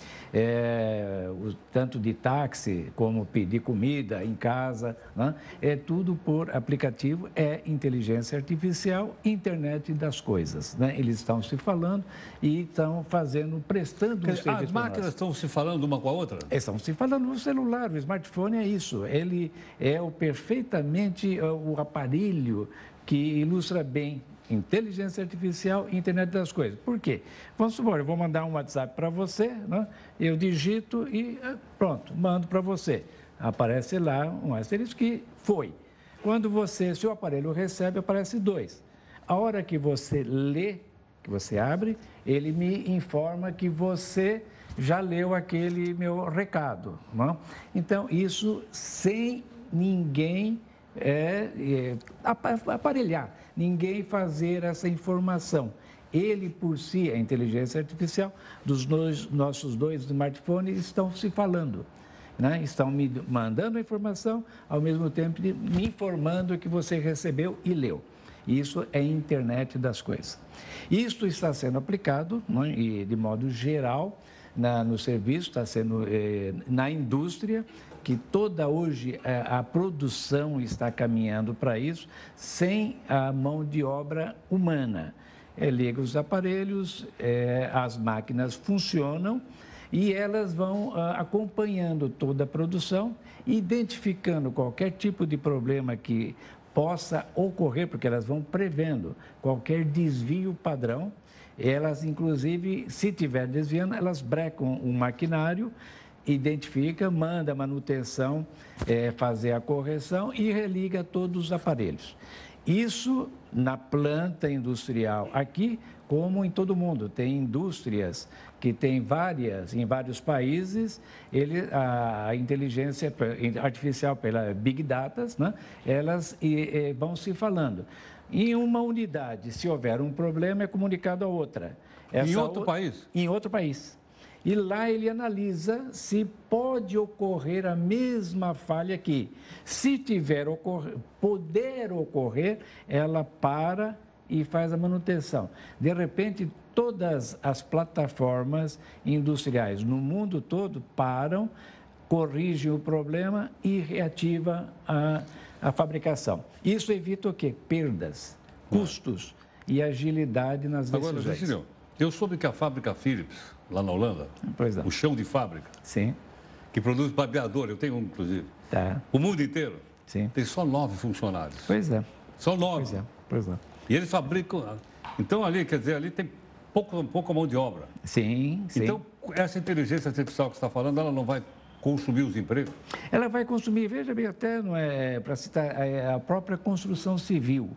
[SPEAKER 13] É, o, tanto de táxi como pedir comida em casa, não é? É tudo por aplicativo, é inteligência artificial, internet das coisas. Né? Eles estão se falando e estão fazendo, prestando um serviço.
[SPEAKER 11] As máquinas estão se falando uma com a outra?
[SPEAKER 13] Estão se falando no celular, o smartphone é isso. Ele é o, perfeitamente o aparelho que ilustra bem inteligência artificial e internet das coisas. Por quê? Vamos supor, eu vou mandar um WhatsApp para você, né? Eu digito e pronto, mando para você. Aparece lá um asterisco que foi. Quando você, se o aparelho recebe, aparece dois. A hora que você lê, que você abre, ele me informa que você já leu aquele meu recado. Não? Então, isso sem ninguém é, é, aparelhar. Ninguém fazer essa informação. Ele, por si, a inteligência artificial, dos dois, nossos dois smartphones estão se falando, né? Estão me mandando a informação, ao mesmo tempo de me informando que você recebeu e leu. Isso é a internet das coisas. Isso está sendo aplicado, né, e de modo geral, na, no serviço, está sendo eh, na indústria, que toda hoje a produção está caminhando para isso, sem a mão de obra humana. É, liga os aparelhos, é, as máquinas funcionam e elas vão ah, acompanhando toda a produção, identificando qualquer tipo de problema que possa ocorrer, porque elas vão prevendo qualquer desvio padrão. Elas, inclusive, se tiver desviando, elas brecam o maquinário, identifica, manda a manutenção, é, fazer a correção e religa todos os aparelhos. Isso na planta industrial aqui, como em todo mundo. Tem indústrias que tem várias, em vários países, ele, a, a inteligência artificial pela Big Data, né, elas e, e, vão se falando. Em uma unidade, se houver um problema, é comunicado a outra. Essa
[SPEAKER 11] em outro
[SPEAKER 13] o...
[SPEAKER 11] país?
[SPEAKER 13] Em outro país. E lá ele analisa se pode ocorrer a mesma falha aqui. Se tiver ocorrer, poder ocorrer, ela para e faz a manutenção. De repente, todas as plataformas industriais no mundo todo param, corrigem o problema e reativa a, a fabricação. Isso evita o quê? Perdas, custos e agilidade nas decisões.
[SPEAKER 11] Agora, Virgílio, eu soube que a fábrica Philips, lá na Holanda,
[SPEAKER 13] pois
[SPEAKER 11] o chão de fábrica,
[SPEAKER 13] sim,
[SPEAKER 11] que produz barbeador, eu tenho um, inclusive,
[SPEAKER 13] tá.
[SPEAKER 11] O mundo inteiro,
[SPEAKER 13] sim,
[SPEAKER 11] tem só nove funcionários.
[SPEAKER 13] Pois é.
[SPEAKER 11] Só nove.
[SPEAKER 13] Pois é, pois é.
[SPEAKER 11] E eles fabricam, então ali, quer dizer, ali tem pouco, pouca mão de obra.
[SPEAKER 13] Sim, sim.
[SPEAKER 11] Então, essa inteligência artificial que você está falando, ela não vai consumir os empregos?
[SPEAKER 13] Ela vai consumir, veja bem, até não é para citar, é a própria construção civil.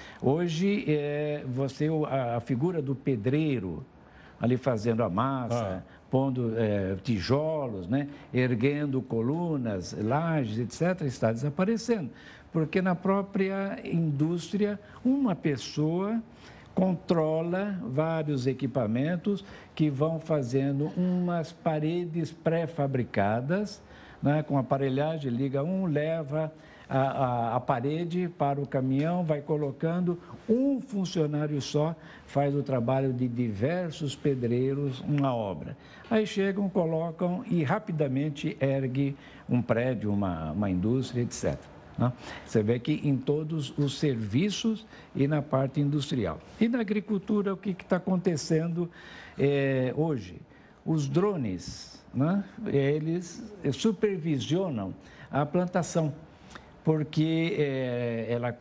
[SPEAKER 13] Hoje, é, você, a, a figura do pedreiro, ali fazendo a massa, ah. pondo é, tijolos, né, erguendo colunas, lajes, etcétera, está desaparecendo. Porque na própria indústria, uma pessoa controla vários equipamentos que vão fazendo umas paredes pré-fabricadas, né, com aparelhagem, liga um, leva a, a, a parede para o caminhão, vai colocando, um funcionário só faz o trabalho de diversos pedreiros, uma obra. Aí chegam, colocam e rapidamente ergue um prédio, uma, uma indústria, etcétera. Você vê que em todos os serviços e na parte industrial. E na agricultura, o que está acontecendo é, hoje? Os drones, né, eles supervisionam a plantação, porque é, ela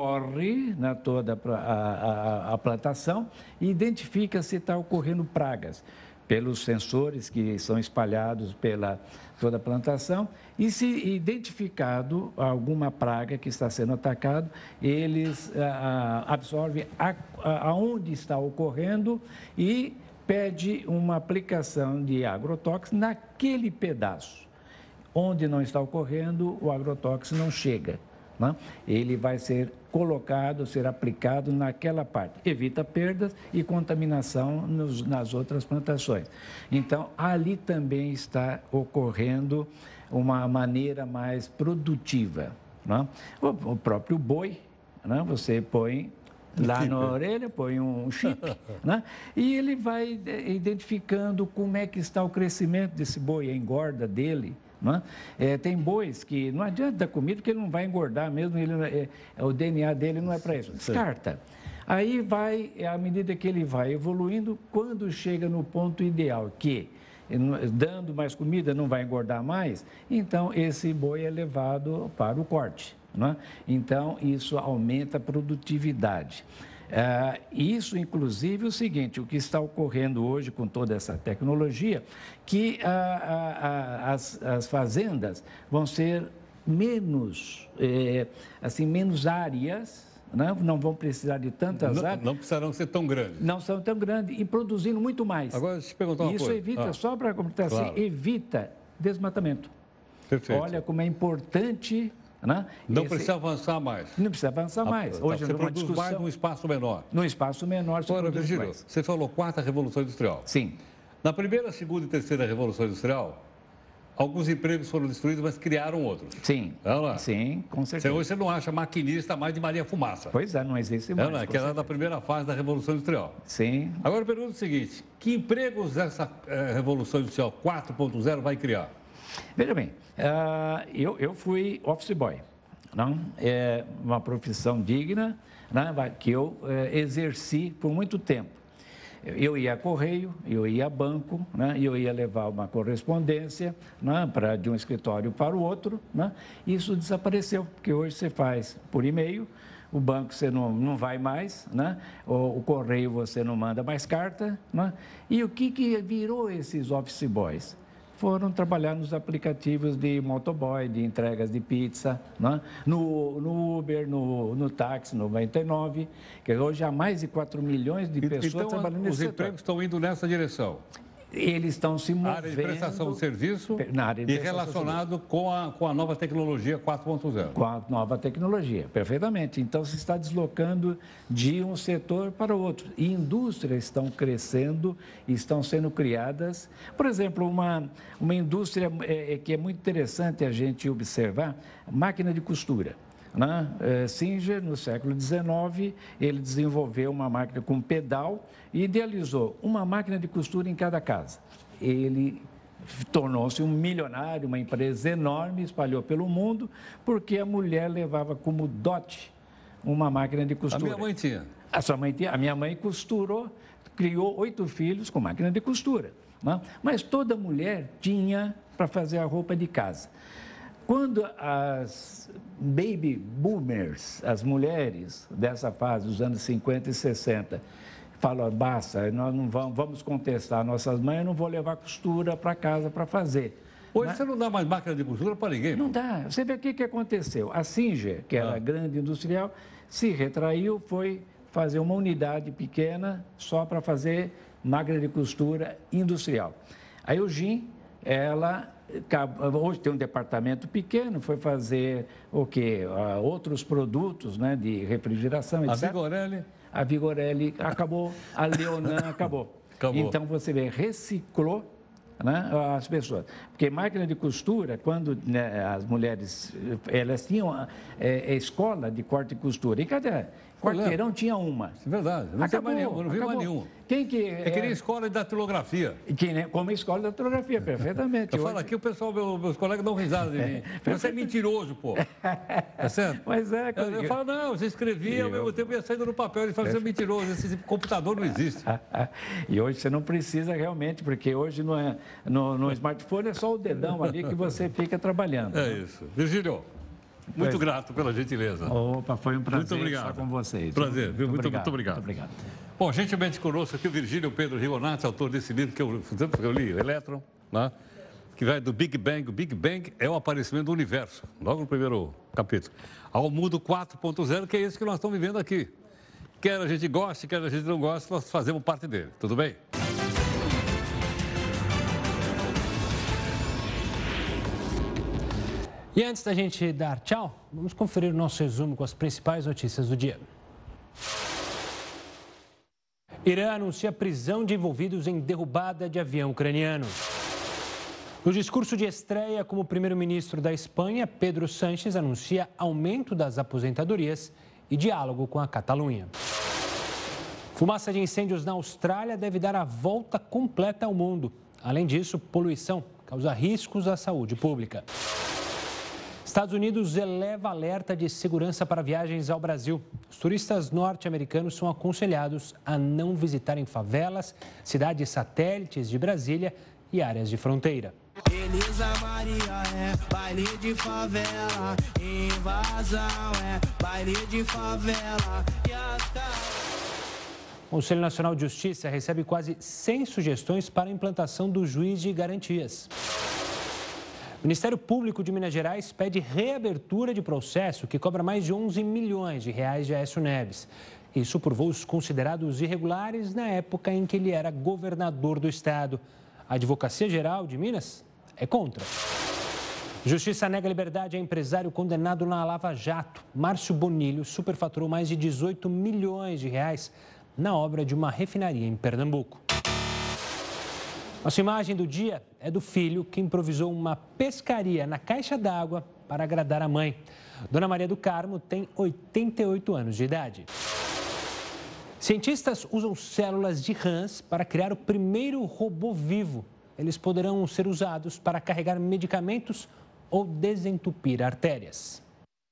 [SPEAKER 13] corre né, toda a, a, a plantação e identifica se está ocorrendo pragas pelos sensores que são espalhados pela toda a plantação, e se identificado alguma praga que está sendo atacado, eles ah, absorvem a, a, aonde está ocorrendo e pede uma aplicação de agrotóxico naquele pedaço. Onde não está ocorrendo, o agrotóxico não chega. Né? Ele vai ser colocado, ser aplicado naquela parte. Evita perdas e contaminação nos, nas outras plantações. Então, ali também está ocorrendo uma maneira mais produtiva. Né? O, o próprio boi, né? Você põe lá na orelha, põe um chip, né? E ele vai identificando como é que está o crescimento desse boi, a engorda dele. Né? É, tem bois que não adianta dar comida porque ele não vai engordar mesmo, ele, é, o D N A dele não é para isso, descarta. Aí vai, à medida que ele vai evoluindo, quando chega no ponto ideal, que dando mais comida não vai engordar mais, então esse boi é levado para o corte. Né? Então, isso aumenta a produtividade. Uh, isso, inclusive, é o seguinte, o que está ocorrendo hoje com toda essa tecnologia, que uh, uh, uh, as, as fazendas vão ser menos, eh, assim, menos áreas, né? Não vão precisar de tantas
[SPEAKER 11] não,
[SPEAKER 13] áreas.
[SPEAKER 11] Não precisarão ser tão grandes.
[SPEAKER 13] Não são tão grandes e produzindo muito mais.
[SPEAKER 11] Agora, deixa eu te perguntar uma
[SPEAKER 13] isso
[SPEAKER 11] coisa.
[SPEAKER 13] evita,
[SPEAKER 11] ah,
[SPEAKER 13] só para completar
[SPEAKER 11] claro.
[SPEAKER 13] assim, evita desmatamento.
[SPEAKER 11] Perfeito.
[SPEAKER 13] Olha como é importante... Né?
[SPEAKER 11] Não
[SPEAKER 13] Esse...
[SPEAKER 11] precisa avançar mais.
[SPEAKER 13] Não precisa avançar mais.
[SPEAKER 11] Ah,
[SPEAKER 13] Hoje
[SPEAKER 11] você
[SPEAKER 13] numa
[SPEAKER 11] produz
[SPEAKER 13] discussão...
[SPEAKER 11] mais num espaço menor.
[SPEAKER 13] Num espaço menor.
[SPEAKER 11] Agora, Virgílio, você falou quarta revolução industrial.
[SPEAKER 13] Sim.
[SPEAKER 11] Na primeira, segunda e terceira revolução industrial, alguns empregos foram destruídos, mas criaram outros.
[SPEAKER 13] Sim.
[SPEAKER 11] É lá.
[SPEAKER 13] Sim, com certeza.
[SPEAKER 11] Hoje você não acha maquinista mais de Maria Fumaça.
[SPEAKER 13] Pois é, não existe mais.
[SPEAKER 11] É lá, que era da primeira fase da revolução industrial.
[SPEAKER 13] Sim.
[SPEAKER 11] Agora, eu pergunto o seguinte, que empregos essa eh, revolução industrial quatro ponto zero vai criar?
[SPEAKER 13] Veja bem, uh, eu, eu fui office boy. Não? É uma profissão digna, né, que eu é, exerci por muito tempo. Eu ia a correio, eu ia a banco, né, eu ia levar uma correspondência, né, pra, de um escritório para o outro. Né, isso desapareceu, porque hoje você faz por e-mail, o banco você não, não vai mais, né, o, o correio você não manda mais carta. Né, e o que, que virou esses office boys? Foram trabalhar nos aplicativos de motoboy, de entregas de pizza, né? no, no Uber, no, no táxi, no noventa e nove, que hoje há mais de quatro milhões de pessoas
[SPEAKER 11] então,
[SPEAKER 13] trabalhando nesse
[SPEAKER 11] os
[SPEAKER 13] setor.
[SPEAKER 11] empregos estão indo nessa direção.
[SPEAKER 13] Eles estão se movendo...
[SPEAKER 11] Área de prestação de serviço
[SPEAKER 13] na área de
[SPEAKER 11] e relacionado com a, com a nova tecnologia quatro ponto zero.
[SPEAKER 13] Com a nova tecnologia, perfeitamente. Então, se está deslocando de um setor para o outro. E indústrias estão crescendo, estão sendo criadas. Por exemplo, uma, uma indústria é, que é muito interessante a gente observar, máquina de costura. Né? É, Singer, no século dezenove, ele desenvolveu uma máquina com pedal e idealizou uma máquina de costura em cada casa. Ele tornou-se um milionário, uma empresa enorme, espalhou pelo mundo, porque a mulher levava como dote uma máquina de costura.
[SPEAKER 11] A minha mãe tinha.
[SPEAKER 13] A sua mãe tinha. A minha mãe costurou, criou oito filhos com máquina de costura. Né? Mas toda mulher tinha para fazer a roupa de casa. Quando as baby boomers, as mulheres dessa fase, dos anos cinquenta e sessenta, falam, basta, nós não vamos, vamos contestar nossas mães, eu não vou levar costura para casa para fazer.
[SPEAKER 11] Hoje
[SPEAKER 13] Mas,
[SPEAKER 11] você não dá mais máquina de costura para ninguém.
[SPEAKER 13] Não dá. Você vê o que, que aconteceu. A Singer, que era ah. grande industrial, se retraiu, foi fazer uma unidade pequena só para fazer máquina de costura industrial. A Eugene, ela... Hoje tem um departamento pequeno, foi fazer o quê? Uh, outros produtos, né, de refrigeração, etcétera.
[SPEAKER 11] A Vigorelli?
[SPEAKER 13] A Vigorelli acabou, a Leonan acabou.
[SPEAKER 11] Acabou.
[SPEAKER 13] Então, você vê, reciclou, né, as pessoas. Porque máquina de costura, quando né, as mulheres, elas tinham é, escola de corte e costura, e cada quarteirão tinha uma.
[SPEAKER 11] É verdade, não
[SPEAKER 13] acabou,
[SPEAKER 11] tem mais nenhuma, não vi mais nenhuma.
[SPEAKER 13] Quem que...
[SPEAKER 11] É que nem escola de datilografia.
[SPEAKER 13] Que, né, como escola de datilografia, perfeitamente.
[SPEAKER 11] Eu falo aqui, o pessoal, meu, meus colegas dão risada de mim. É, você é mentiroso, pô. É certo?
[SPEAKER 13] Mas é...
[SPEAKER 11] Eu, eu falo, não, você escrevia, ao mesmo tempo ia saindo no papel. Ele fala, você é mentiroso, esse computador não existe.
[SPEAKER 13] E hoje você não precisa realmente, porque hoje no, é, no, no smartphone é só o dedão ali que você fica trabalhando.
[SPEAKER 11] É isso. Virgílio, muito pois. grato pela gentileza.
[SPEAKER 13] Opa, foi um prazer
[SPEAKER 11] muito obrigado.
[SPEAKER 13] estar com vocês.
[SPEAKER 11] Prazer, muito, muito, obrigado, muito obrigado.
[SPEAKER 13] Muito obrigado.
[SPEAKER 11] Bom, gentilmente conosco aqui o Virgílio Pedro Rionati, autor desse livro que eu, que eu li, Elétron, né? Que vai do Big Bang. O Big Bang é o aparecimento do universo, logo no primeiro capítulo, ao mundo quatro ponto zero, que é esse que nós estamos vivendo aqui. Quer a gente goste, quer a gente não goste, nós fazemos parte dele. Tudo bem?
[SPEAKER 1] E antes da gente dar tchau, vamos conferir o nosso resumo com as principais notícias do dia. Irã anuncia prisão de envolvidos em derrubada de avião ucraniano. No discurso de estreia como primeiro-ministro da Espanha, Pedro Sánchez anuncia aumento das aposentadorias e diálogo com a Catalunha. Fumaça de incêndios na Austrália deve dar a volta completa ao mundo. Além disso, poluição causa riscos à saúde pública. Estados Unidos eleva alerta de segurança para viagens ao Brasil. Os turistas norte-americanos são aconselhados a não visitarem favelas, cidades satélites de Brasília e áreas de fronteira.
[SPEAKER 2] Elisa Maria é baile de favela, invasão é baile de favela. E as...
[SPEAKER 1] O Conselho Nacional de Justiça recebe quase cem sugestões para a implantação do juiz de garantias. O Ministério Público de Minas Gerais pede reabertura de processo que cobra mais de onze milhões de reais de Aécio Neves. Isso por voos considerados irregulares na época em que ele era governador do estado. A Advocacia Geral de Minas é contra. Justiça nega liberdade a empresário condenado na Lava Jato. Márcio Bonilho superfaturou mais de dezoito milhões de reais na obra de uma refinaria em Pernambuco. Nossa imagem do dia é do filho que improvisou uma pescaria na caixa d'água para agradar a mãe. Dona Maria do Carmo tem oitenta e oito anos de idade. Cientistas usam células de rãs para criar o primeiro robô vivo. Eles poderão ser usados para carregar medicamentos ou desentupir artérias.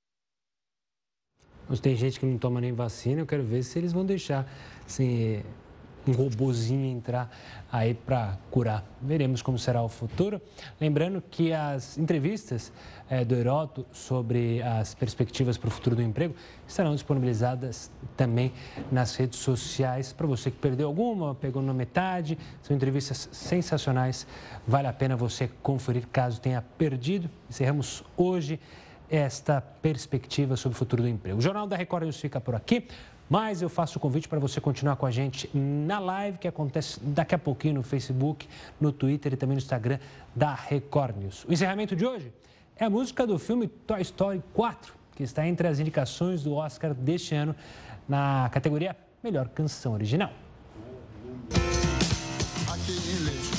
[SPEAKER 1] Mas tem gente que não toma nem vacina, eu quero ver se eles vão deixar assim, um robozinho entrar aí para curar. Veremos como será o futuro. Lembrando que as entrevistas é, do Heródoto sobre as perspectivas para o futuro do emprego estarão disponibilizadas também nas redes sociais. Para você que perdeu alguma, pegou na metade, são entrevistas sensacionais. Vale a pena você conferir caso tenha perdido. Encerramos hoje esta perspectiva sobre o futuro do emprego. O Jornal da Record News fica por aqui. Mas eu faço o convite para você continuar com a gente na live que acontece daqui a pouquinho no Facebook, no Twitter e também no Instagram da Record News. O encerramento de hoje é a música do filme Toy Story quatro, que está entre as indicações do Oscar deste ano na categoria Melhor Canção Original.
[SPEAKER 14] Aquele